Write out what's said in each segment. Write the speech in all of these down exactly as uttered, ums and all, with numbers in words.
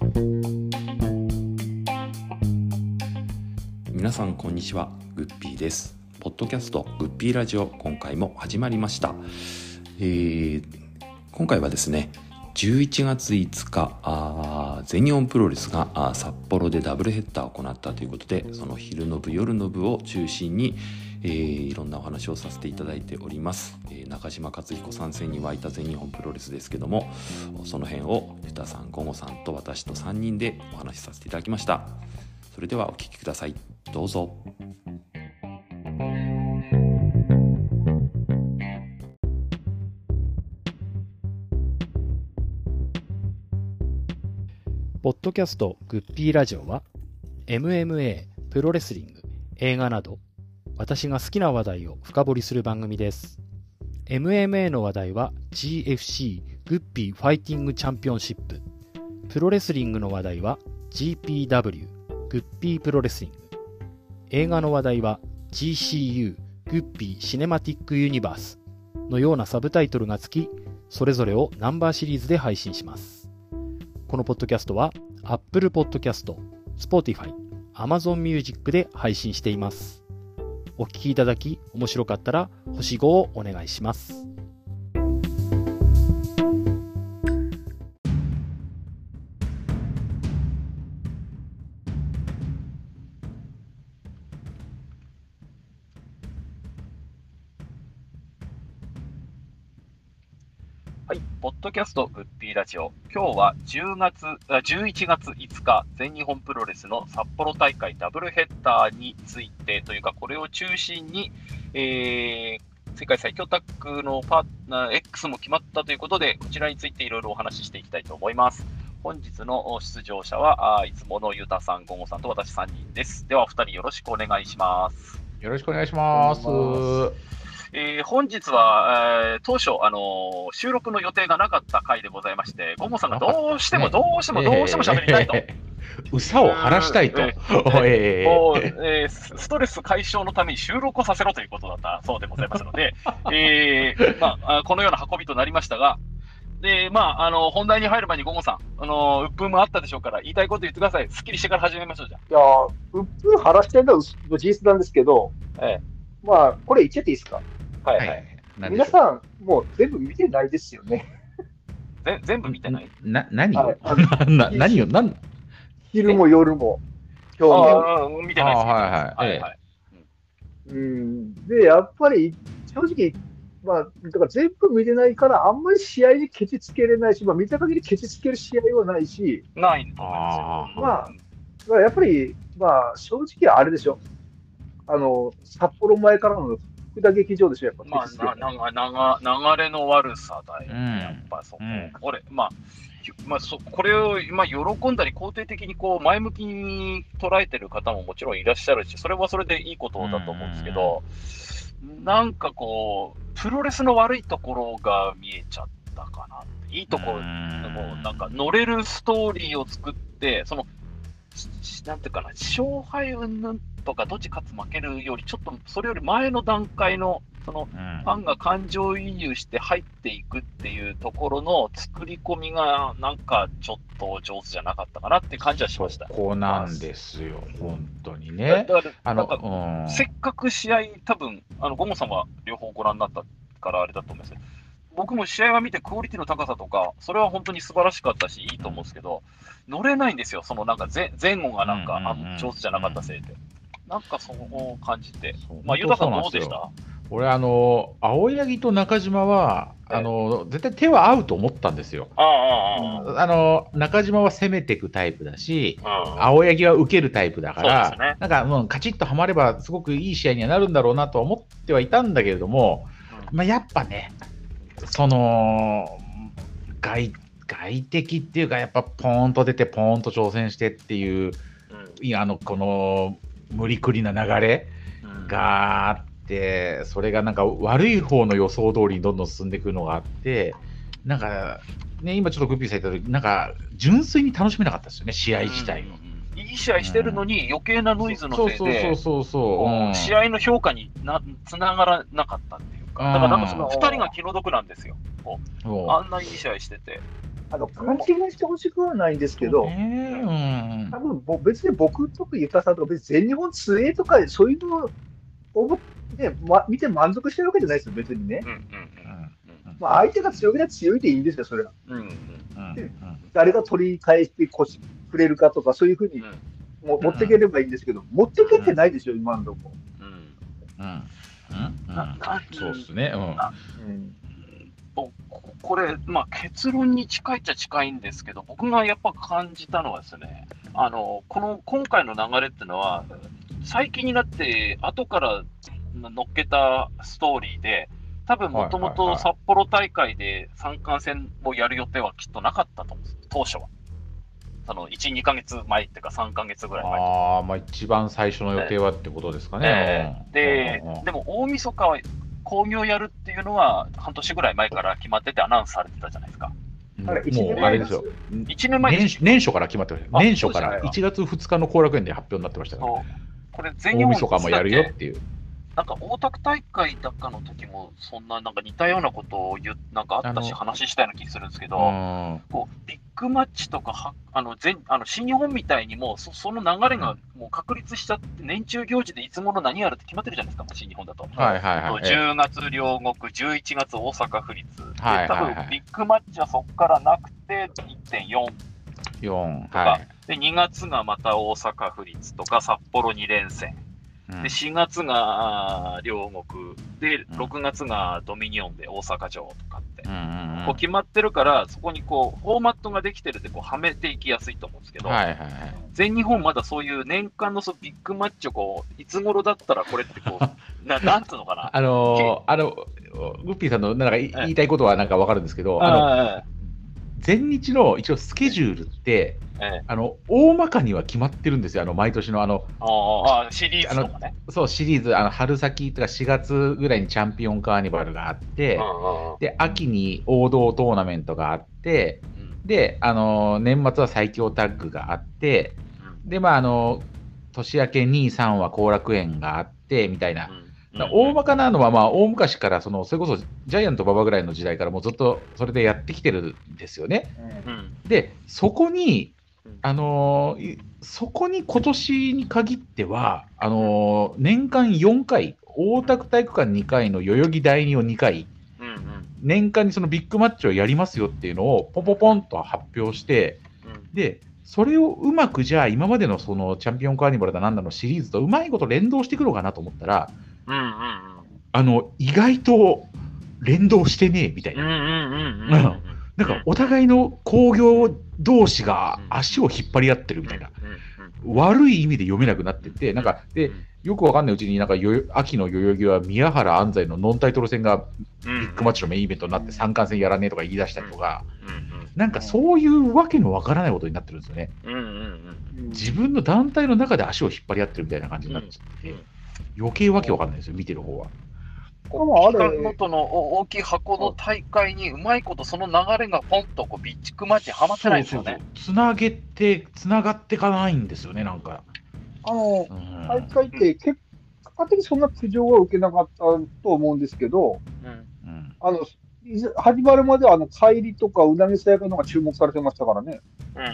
皆さんこんにちは、グッピーです。ポッドキャストグッピーラジオ、今回も始まりました。えー、今回はですねじゅういちがついつかあ全日本プロレスがあ札幌でダブルヘッダーを行ったということで、その昼の部夜の部を中心に、えー、いろんなお話をさせていただいております。えー、中島克彦参戦に沸いた全日本プロレスですけども、その辺をユタさん、ゴゴさんと私とさんにんでお話しさせていただきました。それではお聞きください。どうぞ。 ポッドキャストグッピーラジオは エムエムエー、プロレスリング、映画など私が好きな話題を深掘りする番組です。 エムエムエー の話題は ジーエフシー グッピーファイティングチャンピオンシップ、プロレスリングの話題は ジーピーダブリュー グッピープロレスリング、映画の話題は ジーシーユー グッピーシネマティックユニバースのようなサブタイトルがつき、それぞれをナンバーシリーズで配信します。このポッドキャストは Apple Podcast、Spotify、Amazon Music で配信しています。お聞きいただき面白かったら星ごをお願いします。 はい、ポッドキャストグッピーラジオ。今日はじゅうがつ、じゅういちがついつか、全日本プロレスの札幌大会ダブルヘッダーについてというか、これを中心に、えー、世界最強タッグのパートナー X も決まったということで、こちらについていろいろお話ししていきたいと思います。本日の出場者は、いつものユタさん、ゴゴさんと私さんにんです。では、お二人よろしくお願いします。 よろしくお願いします。 えー、本日は、えー、当初、あのー、収録の予定がなかった回でございまして、ゴモさんがどうしても、ね、どうしても、どうしても喋りたいと。 えー、うさを晴らしたいと。えーえーもうえー、ストレス解消のために収録をさせろということだったそうでございますので、えーまあ、このような運びとなりましたが、でまあ、あの本題に入る前にゴモさん、あの鬱憤もあったでしょうから、言いたいこと言ってください。すっきりしてから始めましょう。じゃいや鬱憤晴らしてるのは事実なんですけど、ええ、まあ、これ言っちゃっていいですか。 はいはい。 皆さん、もう全部見てないですよね。 ぜ全部見てない。 な、何を、はい、な何を、何昼も夜も、 今日も。見てないです。はいはい。 うん。で、やっぱり、正直、まあ、だから全部見てないから、あんまり試合にケチつけれないし、まあ、見た限りケチつける試合はないし、 ないと思いますよ。 まあ、だからやっぱり、まあ、正直あれでしょ。あの、札幌前からの福田劇場でしょ、やっぱ。 まあ、ななな流れの悪さだよね、うん、やっぱそこ。うん、俺、まあ、まあ、そこれを、まあ、喜んだり肯定的にこう前向きに捉えてる方ももちろんいらっしゃるし、それはそれでいいことだと思うんですけど、うん、なんかこう、プロレスの悪いところが見えちゃったかな。いいところ、もうなんか乗れるストーリーを作って、その、なんていうかな、勝敗云々とかどっち勝つ負けるよりちょっとそれより前の段階のそのファンが感情移入して入っていくっていうところの作り込みがなんかちょっと上手じゃなかったかなって感じはしました。 そこなんですよ、本当にね。 だからなんか、うん、せっかく試合多分あのゴモさんは両方ご覧になったからあれだと思うんですけど、僕も試合は見てクオリティの高さとかそれは本当に素晴らしかったしいいと思うんですけど、乗れないんですよ、そのなんか 前, 前後がなんか、うんうんうん、上手じゃなかったせいで。なんかそう感じて、まあ、ユタさんどうでした？ 俺、あの、青柳と中島は、あの、絶対手は合うと思ったんですよ。 あああの、中島は攻めていくタイプだし、青柳は受けるタイプだから、ね、なんか、もうカチッとはまれば、すごくいい試合にはなるんだろうなと思ってはいたんだけれども、うん、まあ、やっぱね、その、外、外敵っていうか、やっぱポーンと出て、ポーンと挑戦してっていう、うん、あの、この、無理くりな流れがあって、うん、それがなんか悪い方の予想通りにどんどん進んでいくのがあって、なんかね、今ちょっとグッピーさん言った通り、なんか純粋に楽しめなかったですよね、試合自体を。 うん、いい試合してるのに、余計なノイズのせいで、 そうそうそうそう、 うん、試合の評価になつながらなかったっていうか、だからなんかそのふたりが気の毒なんですよ。あんないい試合してて。 あの勘違いしてほしくはないんですけど、 ね、うん、 多分ぼ別に僕とかユタさんとか別に全日本強えとかそういうのを、ねま、見て満足してるわけじゃないですよ、別にね。うんうんうんまあ、相手が強いなら強いでいいんですよ、それは。うんうんうん、誰が取り返してくれるかとか、そういうふうにも持っていければいいんですけど、うん、持っていけてないですよ、今のところ。うんうんうんそうですね。うんこれ、まあ、結論に近いっちゃ近いんですけど、僕がやっぱ感じたのはですね、あのこの今回の流れっていうのは、最近になって後から乗っけたストーリーで、多分もともと札幌大会で三冠戦をやる予定はきっとなかったと思うんです、当初は。そのいち、にかげつまえっていうかさんかげつぐらい前とか。 ああ、まあ一番最初の予定はってことですかね。 えー、で、うんうん、でも大晦日は興行やるっていうのは半年ぐらい前から決まっててアナウンスされてたじゃないですか。 うん、もうあれですよ。 いちねんまえ年年初から決まってました。年初からいちがつふつかの後楽園で発表になってましたから、ね。 これ全日本大晦日もやるよっていう。 なんか大田区大会だかの時もそんななんか似たようなことを言なんかあったし話したような気がするんですけど、こうビッグマッチとかはあの全あの新日本みたいにも そ, その流れがもう確立しちゃって年中行事でいつもの何やるって決まってるじゃないですか、新日本だと。 はいはいはい、 じゅうがつ両国、じゅういちがつ大阪府立、はいはいはい、多分ビッグマッチはそこからなくて いってんよん とか、はい、でにがつがまた大阪府立とか札幌に連戦。でしがつが両国で、ろくがつがドミニオンで大阪城とかって、うんうん、こう決まってるから、そこにこうフォーマットができてるんでこうはめていきやすいと思うんですけど、はいはいはい、全日本まだそういう年間のそのビッグマッチをこういつ頃だったらこれってこうななんつうのかな、 あのー、あのグッピーさんのなんか言いたいことはなんか分かるんですけど、あの全日の一応スケジュールって、ええ、あの大まかには決まってるんですよ、あの毎年のあのあシリーズとかね。 そうシリーズ、あの春先とかしがつぐらいにチャンピオンカーニバルがあって、で秋に王道トーナメントがあって、うん、であの年末は最強タッグがあって、うん、でまああの年明けに、さんは後楽園があってみたいな。うん大まかなのは、まあ、大昔からその、それこそジャイアント馬場ぐらいの時代からもうずっとそれでやってきてるんですよね。うん、で、そこに、あのー、そこに今年に限っては、あのー、年間よんかい、大田区体育館にかいの代々木第二をにかい、うんうん、年間にそのビッグマッチをやりますよっていうのをポポポンと発表して、うん、で、それをうまくじゃあ今までのそのチャンピオンカーニバルだなんだのシリーズとうまいこと連動してくるかなと思ったら、うんうんうん、あの意外と連動してねえみたいな、なんかお互いの興行同士が足を引っ張り合ってるみたいな、悪い意味で読めなくなってて、なんかでよくわかんないうちになんかよ秋の代々木は宮原安西のノンタイトル戦がビッグマッチのメインイベントになって三冠戦やらねえとか言い出したりとか、なんかそういうわけのわからないことになってるんですよね。自分の団体の中で足を引っ張り合ってるみたいな感じになっちゃって、余計わけわかんないですよ、見てる方は。 期間ごとの大きい箱の大会にうまいことその流れがポンとこうビッグマッチにはまってないんですよね。 つなげて、つながっていかないんですよね、なんか。 あの、うん、大会って結果的にそんな苦情は受けなかったと思うんですけど、うん、あの始まるまではあの帰りとかうなぎさやかのが注目されてましたからね。うんうん、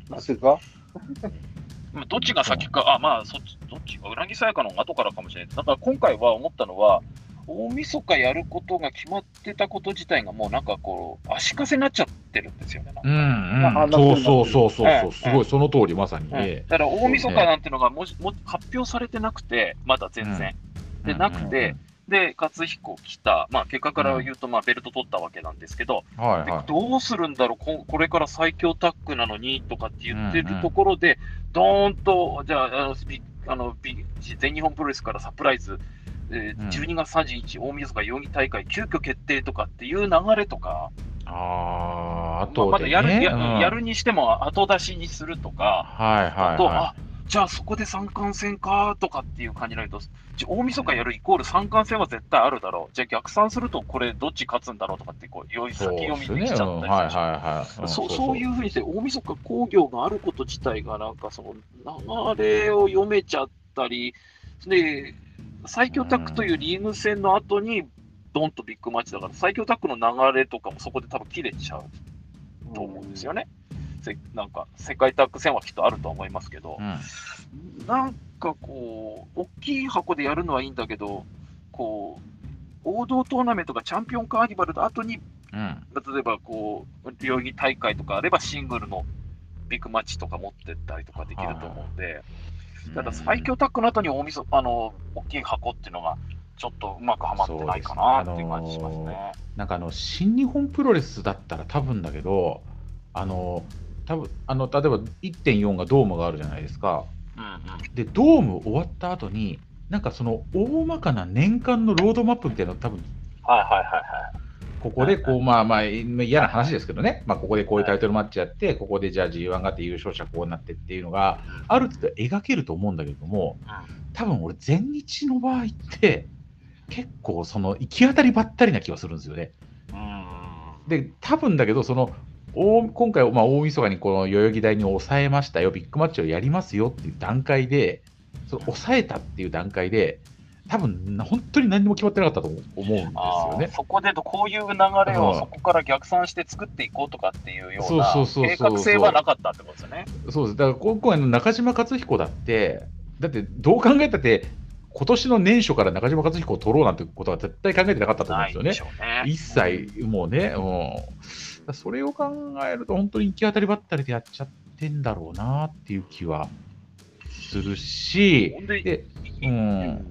なぜかどっちが先か、あ、まあ、そっち、どっちか、うなぎさやかの後からかもしれない。だから今回は思ったのは、大晦日やることが決まってたこと自体がもうなんかこう、足かせになっちゃってるんですよね。 うん、うん、そうそうそうそう、ええ、すごい、その通り、まさに、 ええ。だから大晦日なんていうのがもし、も発表されてなくて、まだ全然。うん、で、なくて、うんうんで、勝彦来た、まあ、結果から言うと、まあ、ベルト取ったわけなんですけど、うんはいはい、どうするんだろうこ、これから最強タッグなのにとかって言ってるところで、うんうん、どーんと、じゃあ、あのあの全日本プロレスからサプライズ、えー、じゅうにがつさんじゅういち、大晦日代々木大会、急遽決定とかっていう流れとか、 ああと、ね、 まあ、まだやる、や、うん、やるにしても後出しにするとか、 はいはいはい、あとあじゃあそこで三冠戦かとかっていう感じになると、大晦日やるイコール三冠戦は絶対あるだろう。じゃあ逆算するとこれどっち勝つんだろうとかってこう、よい先読みできちゃったりして、そういうふうにして大晦日興行があること自体がなんかその流れを読めちゃったり、で、最強タッグというリーグ戦の後にドンとビッグマッチだから、最強タッグの流れとかもそこで多分切れちゃう。 と思うんですよね。せなんか世界タッグ戦はきっとあると思いますけど、うん、なんかこう大きい箱でやるのはいいんだけど、こう王道トーナメントがチャンピオンカーニバルの後に、うん、例えばこう代々木大会とかあればシングルのビッグマッチとか持ってったりとかできると思うんで、ただ最強タッグの後に大みそあの大きい箱っていうのがちょっとうまくはまってないかなっていう感じしますね。あのー、 なんかあの新日本プロレスだったら多分だけど、あの多分あの例えば いってんよん がドームがあるじゃないですか。うんうん、でドーム終わった後になんかその大まかな年間のロードマップみたいなの多分、 はいはいはいはい、 ここでこう、まあまあ嫌な話ですけどね、まあ、ここでこういうタイトルマッチやって、ここでじゃあ ジーワン があって優勝者こうなってっていうのがある程度描けると思うんだけども、多分俺全日の場合って結構その行き当たりばったりな気がするんですよね。で多分だけどその大今回、まあ、大晦日にこの代々木第に抑えましたよ、ビッグマッチをやりますよっていう段階で、その抑えたっていう段階で多分本当に何も決まってなかったと思うんですよね。 そこでこういう流れをそこから逆算して作っていこうとかっていうような計画性はなかったってことですね。 そうです。だから今回の中島克彦だってだってどう考えたって今年の年初から中島克彦を取ろうなんてことは絶対考えてなかったと思うんですよね。ね一切もうね、うん、それを考えると本当に行き当たりばったりでやっちゃってんだろうなっていう気はするし、で、うん、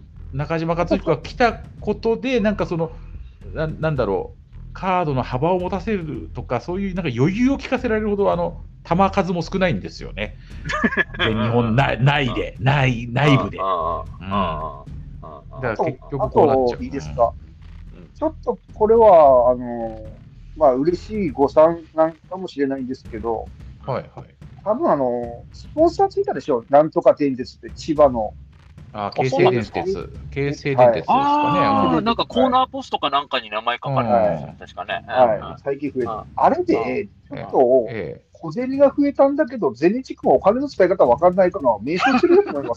中島克彦が来たことでなんかその な, なんだろうカードの幅を持たせるとかそういうなんか余裕を聞かせられるほどあの球数も少ないんですよね。全日本内で内内部で。だから結局こうなっちゃう。 いいですか。うん、ちょっとこれはあのまあ嬉しい誤算なんかもしれないんですけど、 はいはい。 多分あのスポンサーついたでしょ。なんとか電鉄って千葉の。 あ、京成電鉄、京成電鉄ですかね。 ああ、なんかコーナーポストかなんかに名前書かれてるんですよ、確かね。 はい、最近増えた。あれで、ちょっと、小銭が増えたんだけど、全日空もお金の使い方わかんないから、迷走してると思います。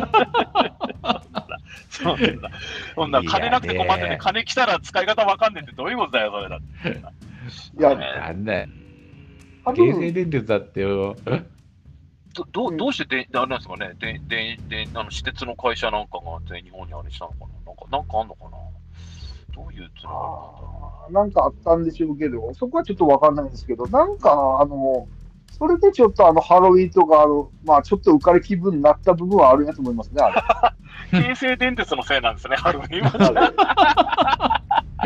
そうなんだ。そんな、金なくて困ってて、金来たら使い方わかんねえってどういうことだよ、それだって。 いや、なんだよ。京成電鉄だってよ。 ど, ど, うどうしてで、あれなんですかね、ででであの私鉄の会社なんかが全日本にあれしたのかな、なんかなんかあんのかな、どういうつながりなんだろうな。なんかあったんでしょうけど、そこはちょっとわかんないんですけど、なんか、あの、それでちょっとあのハロウィンとかあの、まあ、ちょっと浮かれ気分になった部分はあるなと思いますね、あれ。京成電鉄のせいなんですね、ハロウィンは。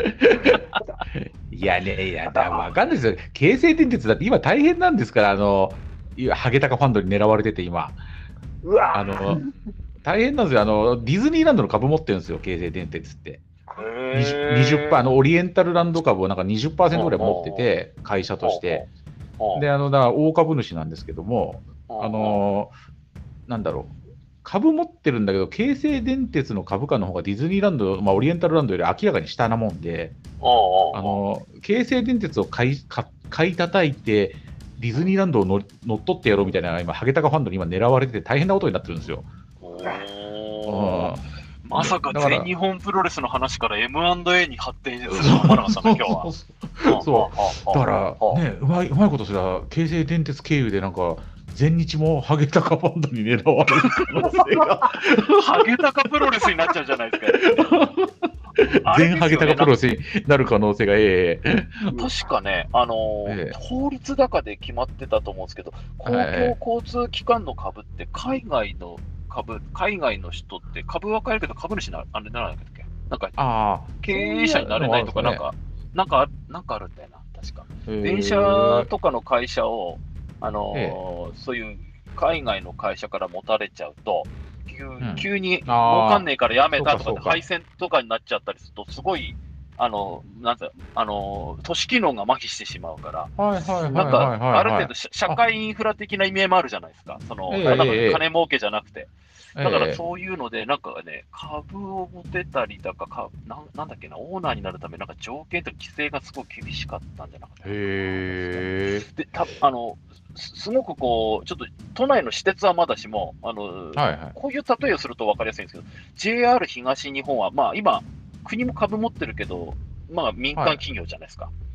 いやね、いや、だわかんないですよ。京成電鉄だって今大変なんですから、あの、ハゲタカファンドに狙われてて今うわあの大変なんですよ。あのディズニーランドの株持ってるんですよ、京成電鉄って。にじゅっパーセント、あのオリエンタルランド株をなんか にじゅっパーセント ぐらい持ってて、会社として。で、あのだから大株主なんですけども、あのなんだろう、株持ってるんだけど、京成電鉄の株価の方がディズニーランド、まあ、オリエンタルランドより明らかに下なもんで、あの京成電鉄を買いか買い叩いて、ディズニーランドをの乗っ取ってやろうみたいな、今、ハゲタカファンドに今狙われてて大変なことになってるんですよ。 まさか全日本プロレスの話から エムアンドエー に発展すると思わなかったね、今日は。 そう。だから、ね、うまい、うまいことすら、京成電鉄経由でなんか、全日もハゲタカファンドに狙われる可能性が。 ハゲタカプロレスになっちゃうじゃないですか。 全ハゲタカプロレスになる可能性がええ。 確かね、あのーええ、法律高で決まってたと思うんですけど、公共交通機関の株って海外の株、海外の人って株は買えるけど株主なあれならないんだっけ？なんかあ経営者になれないとか、なんか、なんか、なんかあるんだよな、確か。電車とかの会社を、あのーええ、そういう海外の会社から持たれちゃうと、急, うん、急に儲かんねえからやめたとかで廃線とかになっちゃったりすると、すごい、あの、なんてあの、都市機能が麻痺してしまうから、なんか、ある程度、社会インフラ的な意味合いもあるじゃないですか。その、えー、金儲けじゃなくて。だからそういうので、なんかね、株を持てたりだか、かななんだっけな、オーナーになるため、なんか条件と規制がすごい厳しかったんじゃなかったかな。 へでたあのすごくこう、ちょっと都内の私鉄はまだしも、あの、はいはい、こういう例えをすると分かりやすいんですけど、ジェイアール 東日本は、まあ今、国も株持ってるけど、まあ民間企業じゃないですか。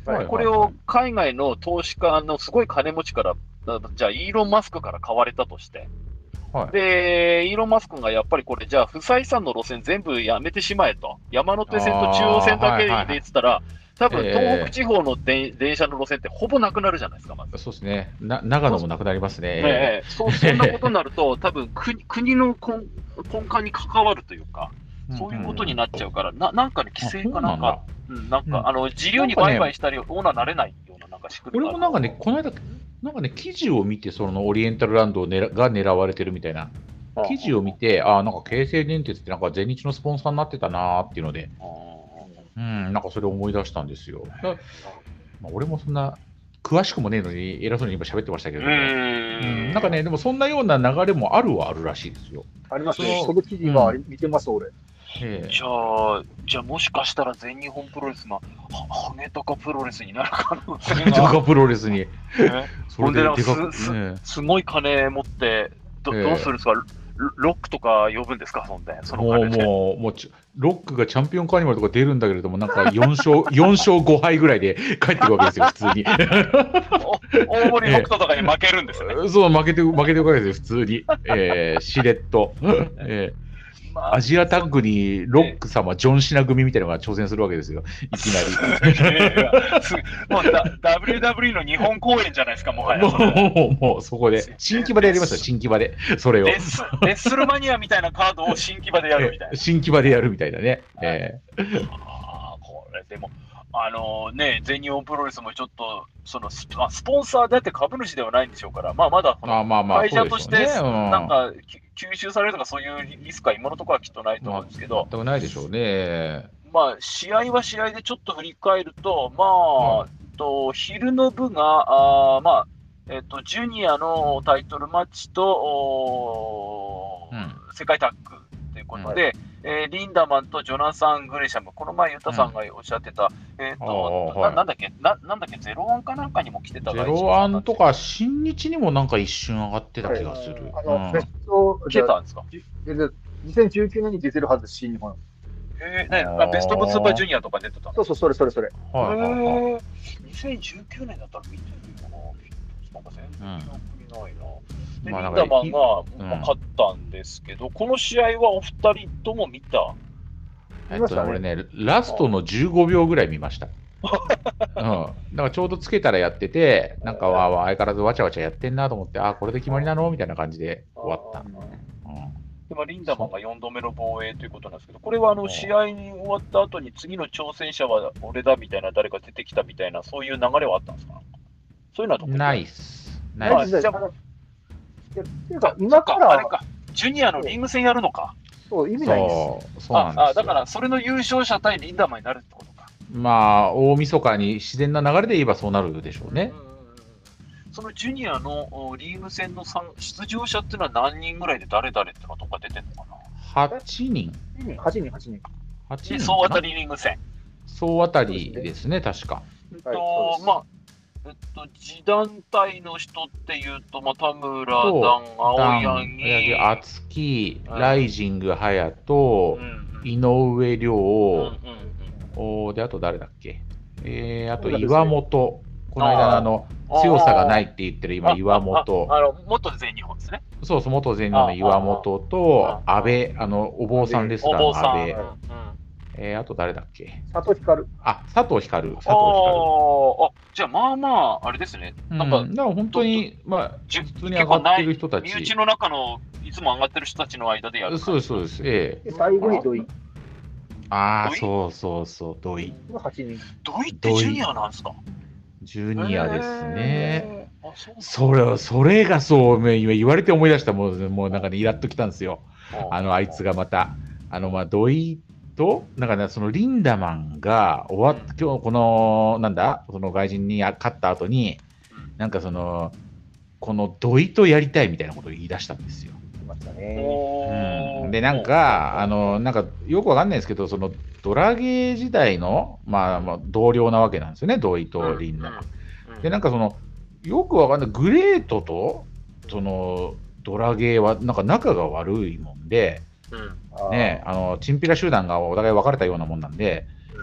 はい、これを海外の投資家のすごい金持ちから、じゃあ、イーロン・マスクから買われたとして、はい、で、イーロン・マスクがやっぱりこれ、じゃあ、不採算の路線全部やめてしまえと、山手線と中央線だけで言ってたら、多分東北地方ので、えー、電車の路線ってほぼなくなるじゃないですか、まず。 そうですね。な長野もなくなりますね。 えー、そ, そんなことになると、多分国国の根根幹に関わるというか、そういうことになっちゃうから、ななんかね、規制かなんか、うん、なんか、うん、あの自由に売買したり、オーナーなれないようななんか仕組みがある。 俺もなんかね、この間、なんかね、記事を見て、そのオリエンタルランドをねが狙われてるみたいな、記事を見て、ああ、なんか京成電鉄ってなんか全日のスポンサーになってたなーっていうので、うん、なんかそれを思い出したんですよ。だまあ、俺もそんな詳しくもねえのに偉そうに今喋ってましたけどね、うん、なんかね、でもそんなような流れもあるはあるらしいですよ。 ありますね。その記事は見てます、うん、俺。 えー、じゃあ、じゃあもしかしたら全日本プロレスがハゲタカプロレスになる可能性が。ハゲタカプロレスに。 それででかくす、ね、すごい金持ってど、どうするんですか、えー、ロックとか呼ぶんですか、そんで。その金でもう、もう、ロックがチャンピオンカーニバルとか出るんだけれども、なんかよん勝、よん勝ご敗ぐらいで帰ってくるわけですよ、普通に。 大森北斗とかに負けるんですよね。 えー、そう、負けて、負けてるわけですよ、普通に。えー、しれっと。えーアジアタッグにロック様、ジョン・シナ組みたいなのが挑戦するわけですよ、いきなり。 もう ダブリューダブリュー の日本公演じゃないですか、もはや。 もう、もうそこで、新木場でやりますよ、新木場で、それを。レッスルマニアみたいなカードを新木場でやるみたいな。 新木場でやるみたいなね。えー、 ああ、これ、でも、あのー、ね、全日本プロレスもちょっと、そのスポンサーだって株主ではないんでしょうから、まあ、まだ会社として、なんか、吸収されるとか、そういうリスクは今のところはきっとないと思うんですけど、 全くないでしょうね。 まあ、試合は試合でちょっと振り返ると、まあ、うん、と昼の部が、あまあえっと、ジュニアのタイトルマッチと、うん、世界タッグということで、うん、えー、リンダマンとジョナサン・グレシャム、この前、ユタさんがおっしゃってた、うん、えっと、な, なんだっけな、なんだっけ、ゼロワンかなんかにも来てたゼロワンとか、新日にもなんか一瞬上がってた気がする。 あの、ベスト、 来てたんですか？ にせんじゅうきゅうねんに出てるはずです、新日本。 えーね、ベスト・オブ・スーパージュニアとか出てたんそうそう、それそれそれ。 はいはいはい、にせんじゅうきゅうねんだったら見てるかな。なんか全然記憶にないな。うん、で、まあ、リンダマンが、うん、勝ったんですけど、この試合はお二人とも見た？ えっと、俺ね、ラストのじゅうごびょうぐらい見ました。うん、だからちょうどつけたらやってて、なんかわ相変わらずわちゃわちゃやってんなと思って、あ、これで決まりなのみたいな感じで終わった。 でまあ、リンダマンがよんどめの防衛ということなんですけど、これはあの試合に終わった後に次の挑戦者は俺だみたいな、誰か出てきたみたいな、そういう流れはあったんですか？そういうのは特にないっす。ないっす。 じゃあ、今からあれか、ジュニアのリング戦やるのか。 そう、意味ないです。 そう、そうなんですよ。 ああ、だからそれの優勝者対リンダマンになるってことか。 まあ、大晦日に自然な流れで言えばそうなるでしょうね。うんそのジュニアのリーグ戦の出場者っていうのは何人ぐらいで誰々ってのはどっか出てるのかな？ はちにん。 はちにん、はちにん。 はちにん。総当たりリーグ戦。 総当たりですね、確か。 えっと、まあ、えっと、次団体の人っていうと、まあ、田村、ダン、青柳、 厚木、ライジング、隼人、うん、井上涼、うんうん、で、あと誰だっけ？えー、あと岩本。この間あの強さがないって言ってる今岩本、 あの元全日本ですね。 そうそう元全日本の岩本と阿部、あのお坊さんですから阿部、えー、あと誰だっけ？ 佐藤光。 あ佐藤光佐藤光。 あじゃあまあまああれですね。 なんか、うん、だから本当にまあ普通に上がってる人たち、 身内の中のいつも上がってる人たちの間でやる。 そうですそうです。ええー。最後に土井。 ああそうそうそう土井。 はちにん。 土井ってジュニアなんですか？ ジュニアですね。それそれがそう今言われて思い出したもうもうなんかねイラッときたんですよ。あのあいつがまたあのまあ土井となんかねそのリンダマンが終わっ今日このなんだその外人に勝った後になんかそのこの土井とやりたいみたいなことを言い出したんですよ。うん、でなんかあのなんかよくわかんないですけどそのドラゲー時代の、まあ、まあ同僚なわけなんですよね土井とリンダマン。でなんかそのよくわかんないグレートとそのドラゲーはなんか仲が悪いもんで、うん、ねあのチンピラ集団がお互い別れたようなもんなんで、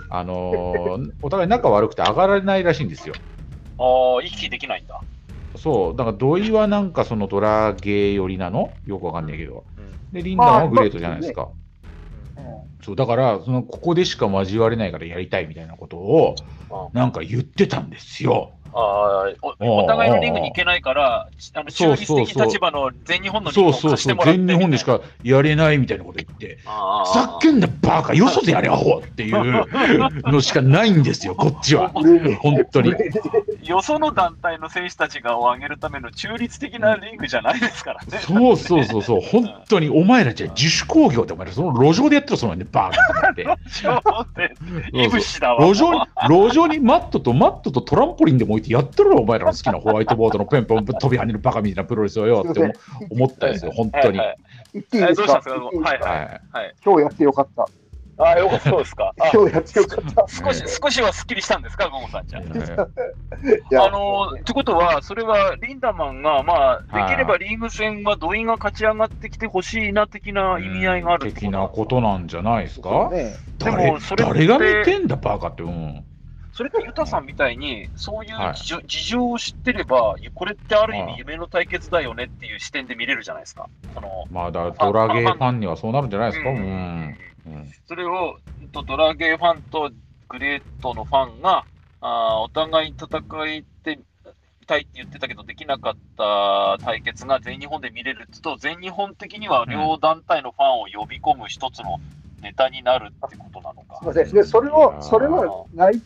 あのー、お互い仲悪くて上がられないらしいんですよ。 ああ、行き来できないんだ。 そう、だから土井はなんかそのドラゲー寄りなのよくわかんないけど、うん、でリンダマンはグレートじゃないですか。まあまあね、そうだからそのここでしか交われないからやりたいみたいなことをなんか言ってたんですよ。 あお, お互いのリングに行けないから、あの中立的立場の全日本のリングを貸してもらってみたいな。 全日本でしかやれないみたいなこと言って、ふざけんなバカ、よそでやれアホっていうのしかないんですよ、こっちは。本当に。 よその団体の選手たちがを上げるための中立的なリングじゃないですからね。 そうそうそうそう、本当にお前らじゃ自主興行でお前らその路上でやってるそのねバカって。路上でいぶしだわ。 路上に路上にマットとマットとトランポリンでも置いてやってるろお前らの好きなホワイトボードのペンペン飛び跳ねるバカみたいなプロレスをよって思ったんですよ本当に。 言っていいですか。 はいはい。 今日やってよかった。 ああ、よかったそうですか。 今日やってよかった。 少し少しはすっきりしたんですか、ゴゴさんちゃん。あのってことは、それはリンダマンが、まあ、できればリーグ戦は土井が勝ち上がってきてほしいな的な意味合いがある的なことなんじゃないですか。 ね、 でもそれ誰が見てんだバカって。うん。 それってユタさんみたいにそういう事情、はい、事情を知ってればこれってある意味夢の対決だよねっていう視点で見れるじゃないですか。そのまあだドラゲーファンにはそうなるんじゃないですか。うんうんうん、それをドラゲーファンとグレートのファンがあお互い戦いてたいって言ってたけどできなかった対決が全日本で見れるってと全日本的には両団体のファンを呼び込む一つのネタになるってことなのか。 すみません。で、それを、それはないって、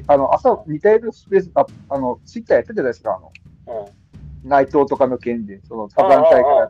あの、朝、似たようなスペース、あ、あの、ツイッターやってたじゃないですか、あの、うん、内藤とかの件で、その、他団体から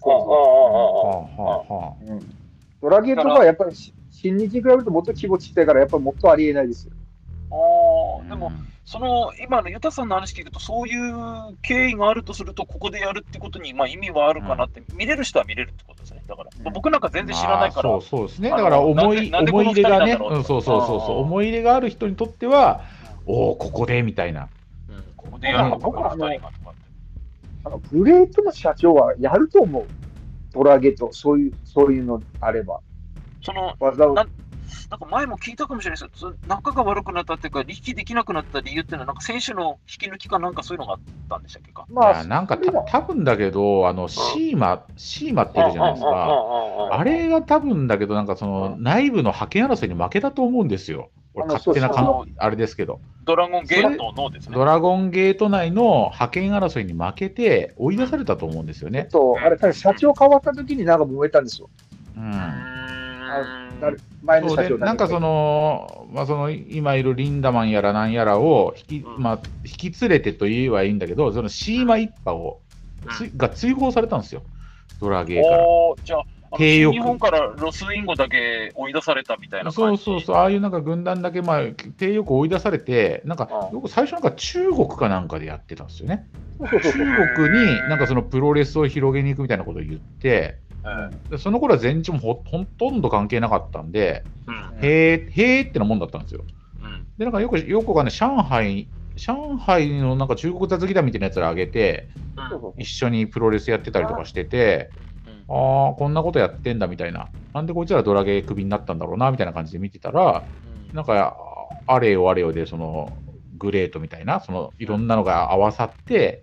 こう、ドラゲーとかはやっぱり、新日に比べるともっと規模ちっちゃいから、やっぱりもっとありえないですよ。 ああ、でも、その、今のユタさんの話聞くと、そういう経緯があるとすると、ここでやるってことに、まあ、意味はあるかなって、うん、見れる人は見れるってことですね。だから、うん、僕なんか全然知らないから。 そうそうですね。だから思い、思い入れがね、うん、そうそうそうそう、思い入れがある人にとっては、うん、おお、ここでみたいな。 うん、ここでやるのか、このふたりがとかって。 あの、グレートの社長はやると思う。ドラゲと、そういう、そういうのあれば。 その、技を。なんか前も聞いたかもしれないですけど、仲が悪くなったっていうか、力できなくなった理由っていうのは、なんか選手の引き抜きかなんかそういうのがあったんでしたっけか。 まあ、なんかた多分だけど、あのシーマ、シーマっているじゃないですか。あれが多分だけど、なんかその内部の覇権争いに負けたと思うんですよ。俺勝手な感あれですけど。 ドラゴンゲートのですね。 ドラゴンゲート内の覇権争いに負けて追い出されたと思うんですよね。 そう、あれ、社長変わった時になんか燃えたんですよ。 うん。 前の社長なんかその、まあ、その今いるリンダマンやらなんやらを引き、まあ、引き連れてと言えばいいんだけど、そのシーマ一派を、うん、が追放されたんですよ、ドラゲーから。 おじゃあ、新日本からロスインゴだけ追い出されたみたいな感じ。 そうそうそう、ああいうなんか軍団だけ、まあ、低欲追い出されて、なんか、僕、最初なんか中国かなんかでやってたんですよね。中国になんかそのプロレスを広げに行くみたいなことを言って、うん、その頃は全日も ほ, ほとんど関係なかったんで、うん、へーへーってなもんだったんですよ。うん、でなんかよくよくがね上海上海のなんか中国雑技団みたいなやつら挙げて、うん、一緒にプロレスやってたりとかしてて、うん、ああこんなことやってんだみたいな、なんでこいつらドラゲークビになったんだろうなみたいな感じで見てたら、うん、なんかあれよあれよでそのグレートみたいなそのいろんなのが合わさって、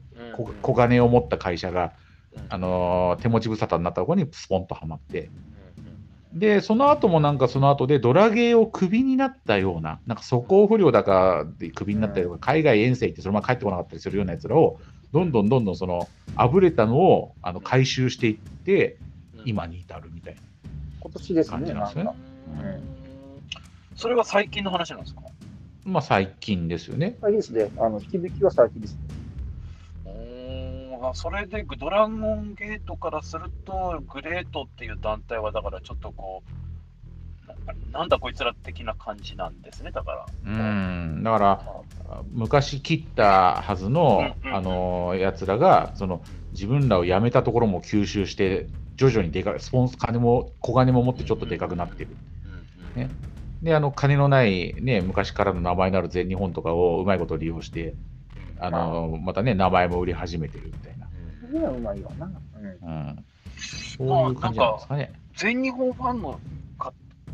うん、小金を持った会社があのー、手持ち無沙汰になったところにスポンとはまって、でその後もなんかその後でドラゲーをクビになったような、なんか素行不良だかでクビになったりとか、海外遠征行ってそのまま帰ってこなかったりするようなやつらをどんどんどんどんそのあぶれたのをあの回収していって今に至るみたいな今年です感じなんですね。 それは最近の話なんですか？ まあ最近ですよね。 最近ですね。あの引き抜きは最近ですね。 それでドラゴンゲートからするとグレートっていう団体はだからちょっとこうなんだこいつら的な感じなんですね。だからうんだから昔切ったはずの、うんうん、あのやつらがその自分らを辞めたところも吸収して徐々にでかスポンス金も小金も持ってちょっとでかくなってる、ね、であの金のない、ね、昔からの名前のある全日本とかをうまいこと利用してあのまたね名前も売り始めてるみたいな。 それはうまいわな。うん。 うん、そういう感じなんですかね。 全日本ファンのか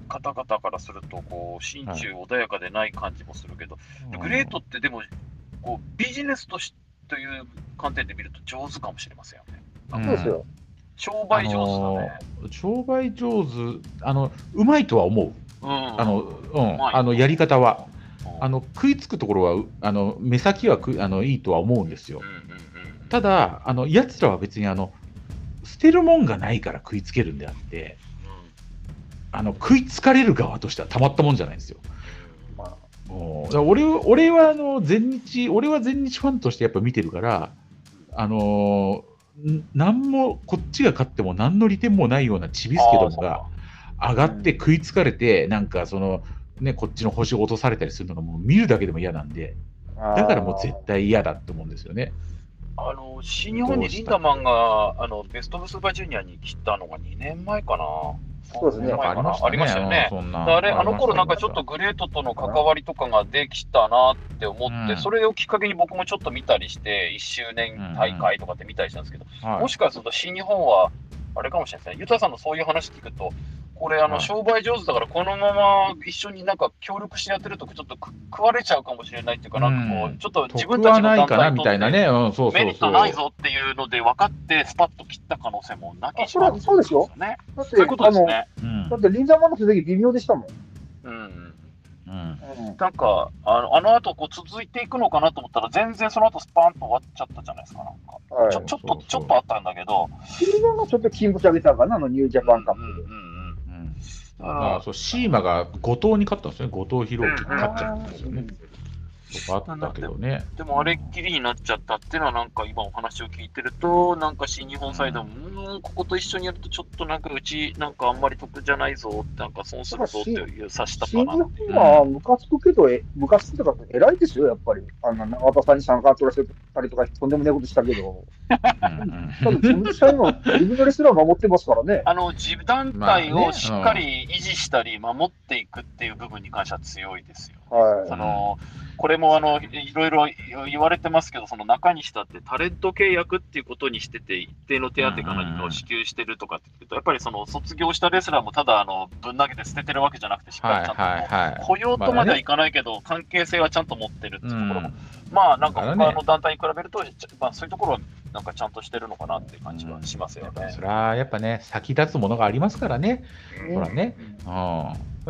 方々からするとこう心中穏やかでない感じもするけど、はい、グレートってでもこうビジネスとしてという観点で見ると上手かもしれませんよね。 そうですよ。 商売上手だね。 あのー、商売上手、あのうまいとは思う。うん、あの、うん、あのやり方は、うん、あの食いつくところはあの目先はくあのいいとは思うんですよ。うんうんうん、ただあの奴らは別にあの捨てるもんがないから食いつけるんであって、うん、あの食いつかれる側としてはたまったもんじゃないんですよ。俺, 俺はあの全日俺は全日ファンとしてやっぱ見てるから、あのー、何もこっちが勝っても何の利点もないようなちびすけどもが上がって食いつかれて、うん、なんかそのねこっちの星を落とされたりするのがもう見るだけでも嫌なんで、だからもう絶対嫌だと思うんですよね。 あの新日本にリンダマンがあのベスト・オブ・スーパージュニアに来たのがにねんまえかな。 そうですね。 ありましたね。ありましたよね。あれ、あの頃なんかちょっとグレートとの関わりとかができたなって思って、うん、それをきっかけに僕もちょっと見たりして、いっしゅうねん大会とかって見たりしたんですけど、うんうん、もしかすると新日本は、あれかもしれないですね。ユタさんのそういう話聞くと、これあの商売上手だからこのまま一緒になんか協力してやってるとちょっと食われちゃうかもしれないっていうか、なんかこうちょっと自分たちの団体にとってメリットないぞっていうので分かってスパッと切った可能性もなきしなくて、 そうですよね。だってそういうことですね。だってリンダマンの時微妙でしたもん。うんうん、なんかあのあの後こう続いていくのかなと思ったら全然その後スパーンと終わっちゃったじゃないですか。なんか、はい、ちょ, ちょっとちょっとあったんだけど、 シーマがちょっと気持ち上げたかな、あのニュージャパンカップで。うんうんうんうん、そうシーマが後藤に勝ったんですね。後藤弘樹に勝っちゃったんですよね。あったけどね。 でもあれっきりになっちゃったっていうのはなんか今お話を聞いてるとなんか新日本サイドも、うん、うんここと一緒にやるとちょっとなんかうちなんかあんまり得じゃないぞなんか損するぞっていう指したかなって。 新日本はムカつくけどえムカつくとか偉いですよやっぱり。あの長田さんに参加取らせたりとかとんでもないことしたけど。多分自分自身も自分のレスラー守ってますからね。 あの自団体をしっかり維持したり守っていくっていう部分に関しては強いですよ。はい。そのこれもあのいろいろ言われてますけど、その中西だってタレント契約っていうことにしてて、一定の手当か何かを支給してるとかって言うと、やっぱりその卒業したレスラーもただあのぶん投げて捨ててるわけじゃなくて、しっかりちゃんと、はいはいはい、雇用とまではいかないけど、まあね、関係性はちゃんと持ってるっていうところも、うん、まあなんか他の団体に比べると、まあ、そういうところはなんかちゃんとしてるのかなっていう感じはしますよね。 うん、それはやっぱね、先立つものがありますからね、うん、ほらね、うん、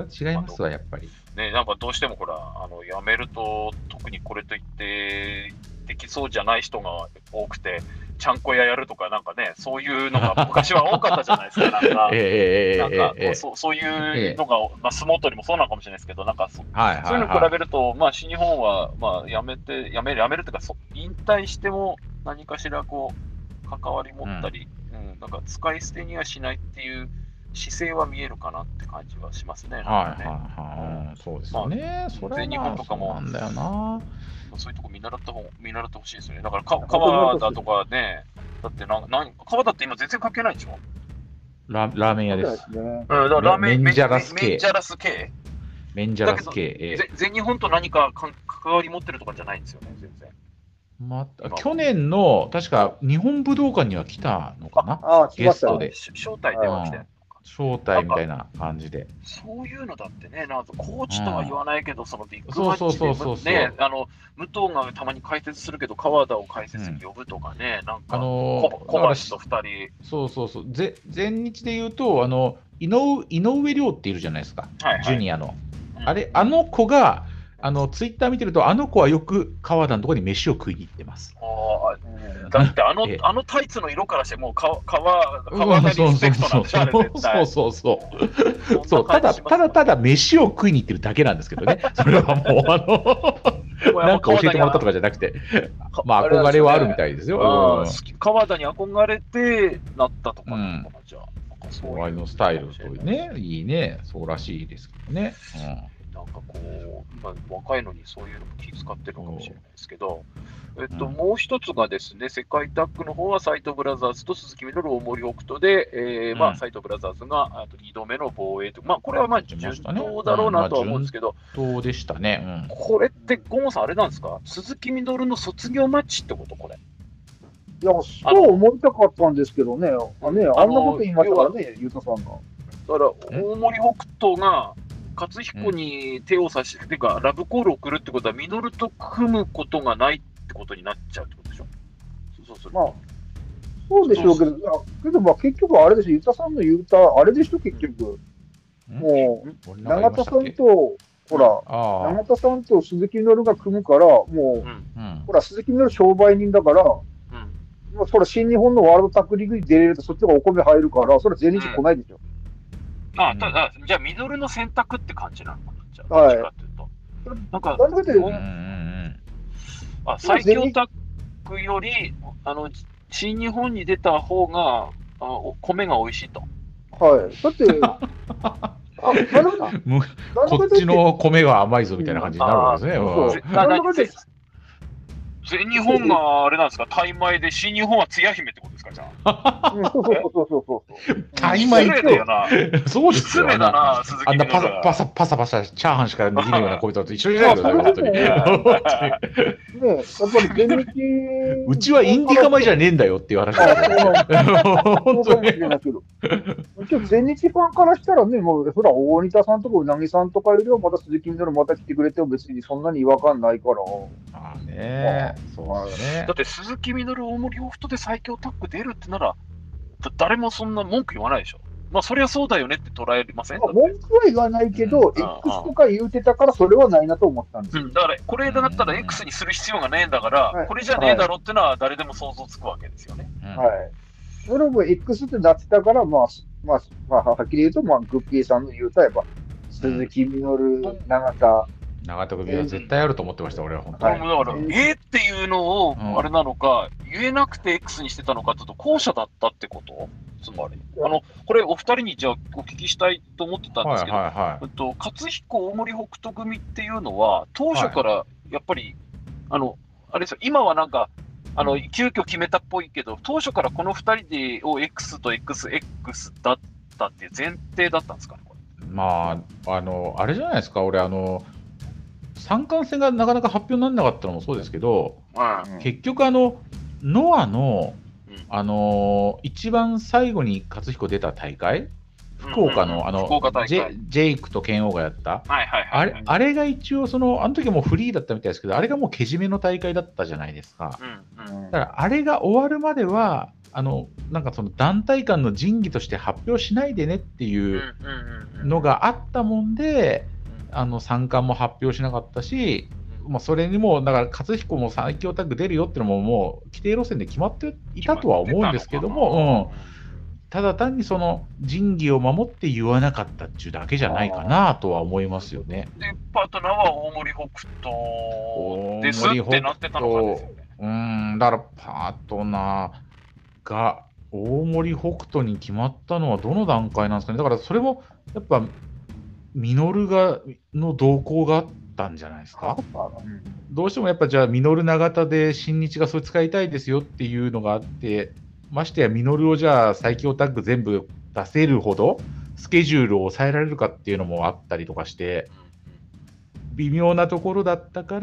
それは違いますわ、やっぱり。 ね、なんかどうしてもほらあの辞めると特にこれといってできそうじゃない人が多くてちゃんこ屋やるとかなんかねそういうのが昔は多かったじゃないですかなんか、えー、なんか、えー、そ, そういうのが、まあ、相撲取りもそうなのかもしれないですけどなんか そ,、はいはいはい、そういうのに比べると、まあ、新日本は、まあ、辞めて辞める辞めるというか引退しても何かしらこう関わり持ったり、うんうん、なんか使い捨てにはしないっていう姿勢は見えるかなって感じはしますね。はいはいはい。そうですよね。 まあ、それは全日本とかもなんだよな。 そういうとこ見習った方見習ってほしいですよね。だからか川田とかね、だってなな川田って今全然関係ないでしょ。 ララーメン屋です。 うん、だからラーメンメンジャラス系。 メンジャラス系。 メンジャラス系。えー、全日本と何か関わり持ってるとかじゃないんですよね、全然。 まあ、去年の確か日本武道館には来たのかな。 ああ、 ゲストで。 招待では来てる。 招待みたいな感じで。 そういうのだってね、なんかコーチとは言わないけど、うん、そのビッグマッチでね、あの武藤がたまに解説するけど、川田を解説に呼ぶとかね、うん、なんか、あのー、小橋とふたり。 そうそうそう、ぜ全日で言うと、あの井上井上涼っているじゃないですか、はいはい、ジュニアの。うん、あれ、あの子が、あのツイッター見てると、あの子はよく川田のところに飯を食いに行ってます。 あだってあの、ええ、あのタイツの色からして、もう川川田リスペクトなんでしょ、あれ絶対。 そうそうそう。そう、ただ、ただただ飯を食いに行ってるだけなんですけどね、それはもう、あの、なんか教えてもらったとかじゃなくて、まあ、憧れはあるみたいですよ。 川田に憧れてなったとか、うん、じゃあ、 そういうのスタイルとね、いいね、そうらしいですけどね。うんなんかこう、今若いのにそういうのも気遣ってるかもしれないですけど、えっと、うん、もう一つがですね、世界タッグの方はサイトブラザーズと鈴木みのる大森北斗で、えーうんまあ、サイトブラザーズがあとにどめの防衛と、まあ、これはまあ順当だろうなとは思うんですけど、 うんまあ、順当でしたね、 うん、これってゴンさん、あれなんですか、鈴木みのるの卒業マッチってこと、これ。 いや、そう思いたかったんですけどね、あねあんなこと言いましたからね、ゆうたさんが。 だから、大森北斗が、勝彦に手を差し、うん、てか、ラブコールを送るってことは、ミノルと組むことがないってことになっちゃうってことでしょ。そうそうまあ、そうでしょうけど、けどまあ結局あれでしょ、ユタさんの言うた、あれでしょ、結局。もう、永田さんと、ほら、永田さんと鈴木みのるが組むから、もう、うん、ほら、鈴木みのる商売人だから、うん、それ新日本のワールドタッグリーグに出れると、そっちがお米入るから、それは全日来ないでしょ。 うん、ああ、ただ、じゃあ、ミドルの選択って感じなのかな、じゃあ、どっちかっていうと。なんか、なんでうん、あ、最強タッグより、あの、新日本に出た方が、あ米が美味しいと。 はい。だって、あ、なるほど。 こっちの米が甘いぞみたいな感じになるわけですね。うん全日本があれなんですか、タイ米で、新日本はつや姫ってことですか、じゃあ。 そうそうそうそうそう。 タイ米だよな。 そうですよ。 失礼だな、鈴木あんなパサパサパサパサチャーハンしかできないような米と一緒じゃないですか、本当に。ねやっぱり全日。 うちはインディカ米じゃねえんだよっていう話だ本当に。一応全日ファンからしたらね、もう、ほら、大仁田さんとかうなぎさんとかよりは、また鈴木みのるまた来てくれても別にそんなに違和感ないから。 ああね。そうですね。 だって鈴木みのる、大森北斗で最強タッグ出るってなら、誰もそんな文句言わないでしょ。まあ、そりゃそうだよねって捉えません？ 文句は言わないけど、うん、X とか言うてたから、それはないなと思ったんですよ。 うん、だから、これだったら X にする必要がねえんだから、はい、これじゃねえだろってのは誰でも想像つくわけですよね。 はい。それも X ってなってたから、まあ、まあ、まあ、はっきり言うと、まあ、グッピーさんの言うたらば、鈴木みのる、永田、 長田組は絶対あると思ってました、俺は本当に。 だから、えーっていうのを、あれなのか、言えなくて X にしてたのかというと、後者だったってことつまり。あの、これ、お二人にじゃあお聞きしたいと思ってたんですけど、はいはいはい、えっと、勝彦、大森北斗組っていうのは、当初からやっぱり、はい、あの、あれですよ、今はなんか、あの、急遽決めたっぽいけど、当初からこの二人でを X と エックスエックス だったっていう前提だったんですかね、これ。 まあ、あの、あれじゃないですか、俺、あの、三冠戦がなかなか発表にならなかったのもそうですけど、うん、結局あのノアの、うん、あの一番最後に勝彦出た大会、福岡の、うんうん、あのジェ、ジェイクとケンオーがやった、 はいはいはいはい、 あれ、あれが一応そのあの時はもうフリーだったみたいですけど、あれがもうけじめの大会だったじゃないですか。うんうん、だからあれが終わるまではあのなんかその団体間の仁義として発表しないでねっていうのがあったもんで。あの三冠も発表しなかったし、まあ、それにもだから勝彦も最強タッグ出るよっていうのももう規定路線で決まっていたとは思うんですけども、うん、ただ単にその仁義を守って言わなかったっていうだけじゃないかなとは思いますよね。 でパートナーは大森北斗ですってなってたのかですよね。 うん、だからパートナーが大森北斗に決まったのはどの段階なんですかね。だからそれもやっぱミノルがの動向があったんじゃないですか。どうしてもやっぱじゃあミノル長田で新日がそれ使いたいですよっていうのがあって、ましてやミノルをじゃあ最強タッグ全部出せるほどスケジュールを抑えられるかっていうのもあったりとかして微妙なところだったから、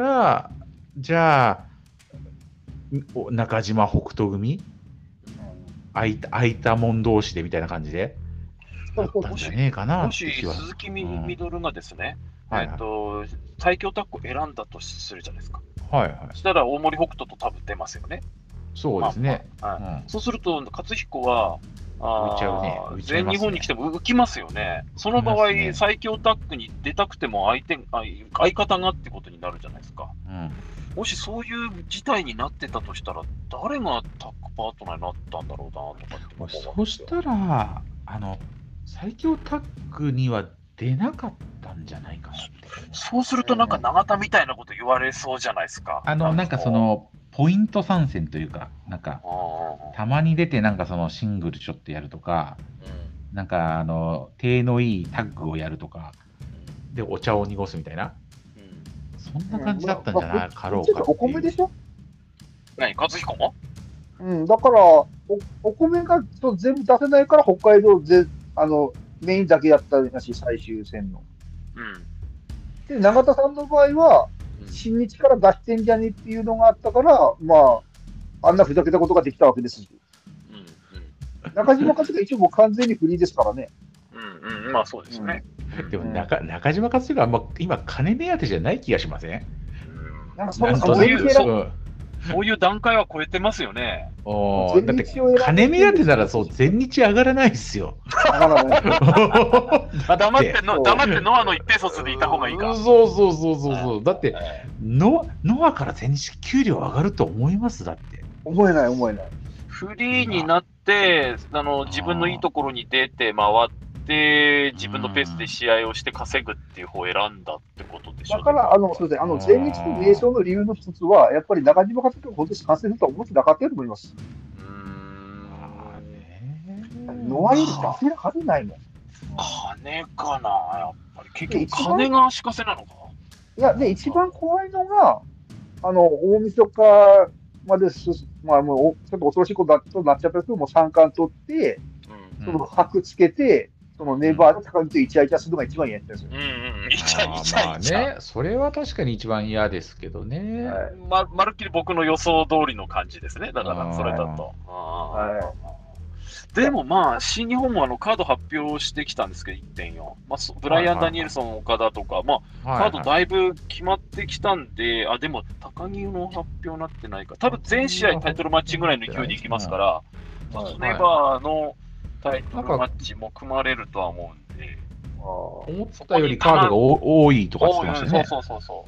じゃあ中島北斗組空いた空いたもん同士でみたいな感じでだったんじゃねえかな。 もし鈴木みどるがですね、うん、えーと最強タッグを選んだとするじゃないですか。 はいはい。 そしたら大森北斗と多分出ますよね。 そうですね。 まあまあはいうん、そうすると勝彦は浮いちゃうね。 浮いちゃいますね。全日本に来ても浮きますよね。その場合、ね、最強タッグに出たくても相手相方がってことになるじゃないですか。うんもしそういう事態になってたとしたら、誰がタッグパートナーになったんだろうなとかって思う。 そしたら、あの、最強タッグには出なかったんじゃないかなって。 そうすると、なんか永田みたいなこと言われそうじゃないですか。 あの、なんかその、ポイント参戦というか、なんか、たまに出て、なんかそのシングルちょっとやるとか、うん、なんか、あの、手のいいタッグをやるとか、で、お茶を濁すみたいな。そんな感じだったんじゃないかろうかっていう。 お米でしょ？ 何、勝彦も？ うん、だからお、お米が全部出せないから北海道ぜあのメインだけやったらしい、最終戦の。うん、で、永田さんの場合は、うん、新日から出してんじゃねっていうのがあったから、まあ、あんなふざけたことができたわけですし。うんうん、中島勝が一応もう完全にフリーですからね。 うんうんうん、まあそうですね。 うん、でも中、中島勝弘はあんま今、金目当てじゃない気がしません？ なんかそのそういう、そうそういう段階は超えてますよね。 おだって金目当てならそう全日上がらないですよ。 上がらない。 黙っての黙ってノアの一定卒でいた方がいいか。 そうそうそうそうそう。だってノノアから全日給料上がると思います？だって。 思えない思えない。 フリーになってあの自分のいいところに出て回って自分のペースで試合をして稼ぐっていう方を選んだってことでしょ。 だからあのそうですね、あの全日の名称の理由の一つはやっぱり中島勝弘が本当に完成するとは思ってなかったと思います。うーん。ノアより出せるはずないもん。 金かな、やっぱり結局金が足かせなのか。 いやで一番怖いのがあの大晦日までまあもうちょっと恐ろしいことになっちゃったけども三冠取って、うん、その箔つけて。そのネバーで高木とイチャイチャするのが一番嫌やったんですよ。うんうん、イチャイチャ。 まあね、それは確かに一番嫌ですけどね。 はい、ま, まるっきり僕の予想通りの感じですね。だからそれだと。はい、でもまあ新日本もあのカード発表してきたんですけど いってんよん、まあ、ブライアン・ダニエルソン、岡田とか、まあ、カードだいぶ決まってきたんで、あでも高木の発表になってないか、多分全試合タイトルマッチぐらいの勢いでいきますから、ネバーのタイトルマッチも組まれるとは思うんで、 思ったよりカードが多いとか言ってましたね。 そうそうそうそう。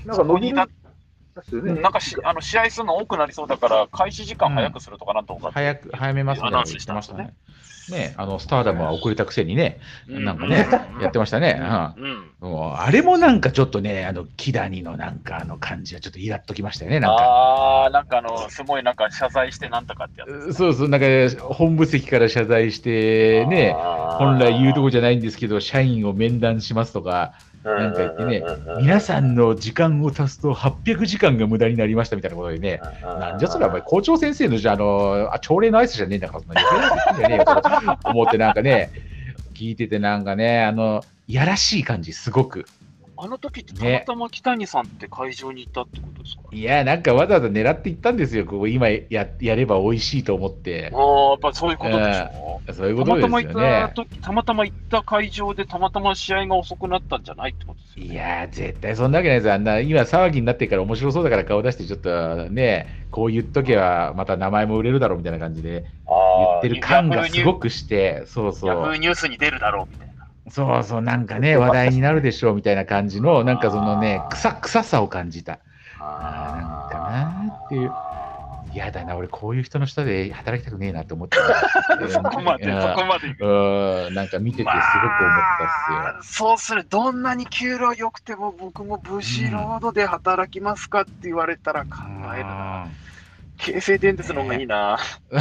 なんか伸びる、 なんかしあの試合するの多くなりそうだから開始時間早くするとかなんとか、うん、 早く早めますね。アナウンスしてましたね。ね、あのスターダムは遅れたくせにね、うん、なんかね、うん、やってましたね。うんうん、もうあれもなんかちょっとね、あのキダニのなんかあの感じはちょっとイラっときましたよね。なんかああ、なんかあのすごいなんか謝罪してなんとかってやつ。 そうそう、なんか本部席から謝罪してね、本来言うとこじゃないんですけど、社員を面談しますとか。なんか言ってね、皆さんの時間を足すとはっぴゃくじかんが無駄になりましたみたいなことでね、なんじゃそれは校長先生のじゃあのあ朝礼の挨拶じゃねえんだから、そんな余計なこと言ってんじゃねえよと思ってなんかね、聞いててなんかね、あの、いやらしい感じ、すごく。 あの時ってたまたま北谷さんって会場にいたってことですか？ いや、なんかわざわざ狙って行ったんですよ、ここ今 や, やれば美味しいと思って。 ああ、やっぱりそういうことでしょう。 そういうことですよね。たまたま行った時、 たまたま行った会場でたまたま試合が遅くなったんじゃないってことですよね。 いや、絶対そんなわけないですよ。あんな、今騒ぎになってから面白そうだから顔出してちょっとね、こう言っとけばまた名前も売れるだろうみたいな感じで言ってる感がすごくして、そうそう。 ヤフーニュースに出るだろうみたいな。 そうそう、なんかね、話題になるでしょうみたいな感じの、なんかそのね、臭臭さを感じた。ああ、なんかなっていう。嫌だな、俺こういう人の下で働きたくねえなって思ってそこまで、そこまで。 うん、なんか見ててすごく思ったっすよ。 そうする、どんなに給料良くても僕もブシロードで働きますかって言われたら考えるな。京成電鉄の方がいいな。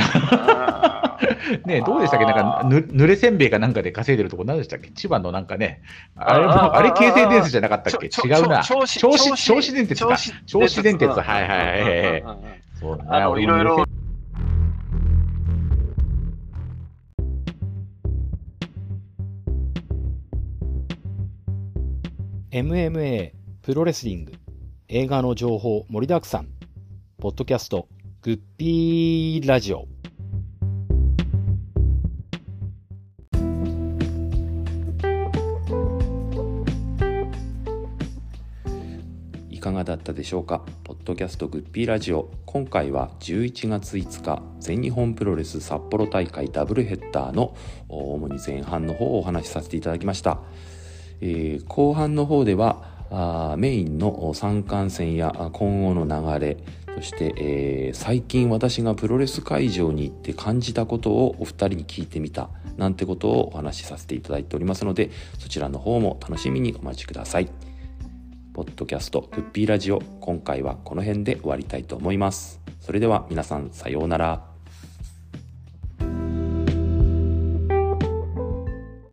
ねえ、どうでしたっけ、なんかぬ濡れせんべいかなんかで稼いでるとこ何でしたっけ、千葉のなんかね、あれもあれ京成電鉄じゃなかったっけ、違うな、銚子銚子電鉄か、銚子電鉄、はいはいはい。そうね、 あのいろいろ。 エムエムエー プロレスリング映画の情報盛りだくさん、ポッドキャストグッピーラジオ。 いかがだったでしょうか。ポッドキャストグッピーラジオ、今回はじゅういちがついつか全日本プロレス札幌大会ダブルヘッダーの主に前半の方をお話しさせていただきました。えー、後半の方ではあメインの三冠戦や今後の流れ、そして、えー、最近私がプロレス会場に行って感じたことをお二人に聞いてみたなんてことをお話しさせていただいておりますので、そちらの方も楽しみにお待ちください。ポッドキャストグッピーラジオ、今回はこの辺で終わりたいと思います。それでは皆さん、さようなら。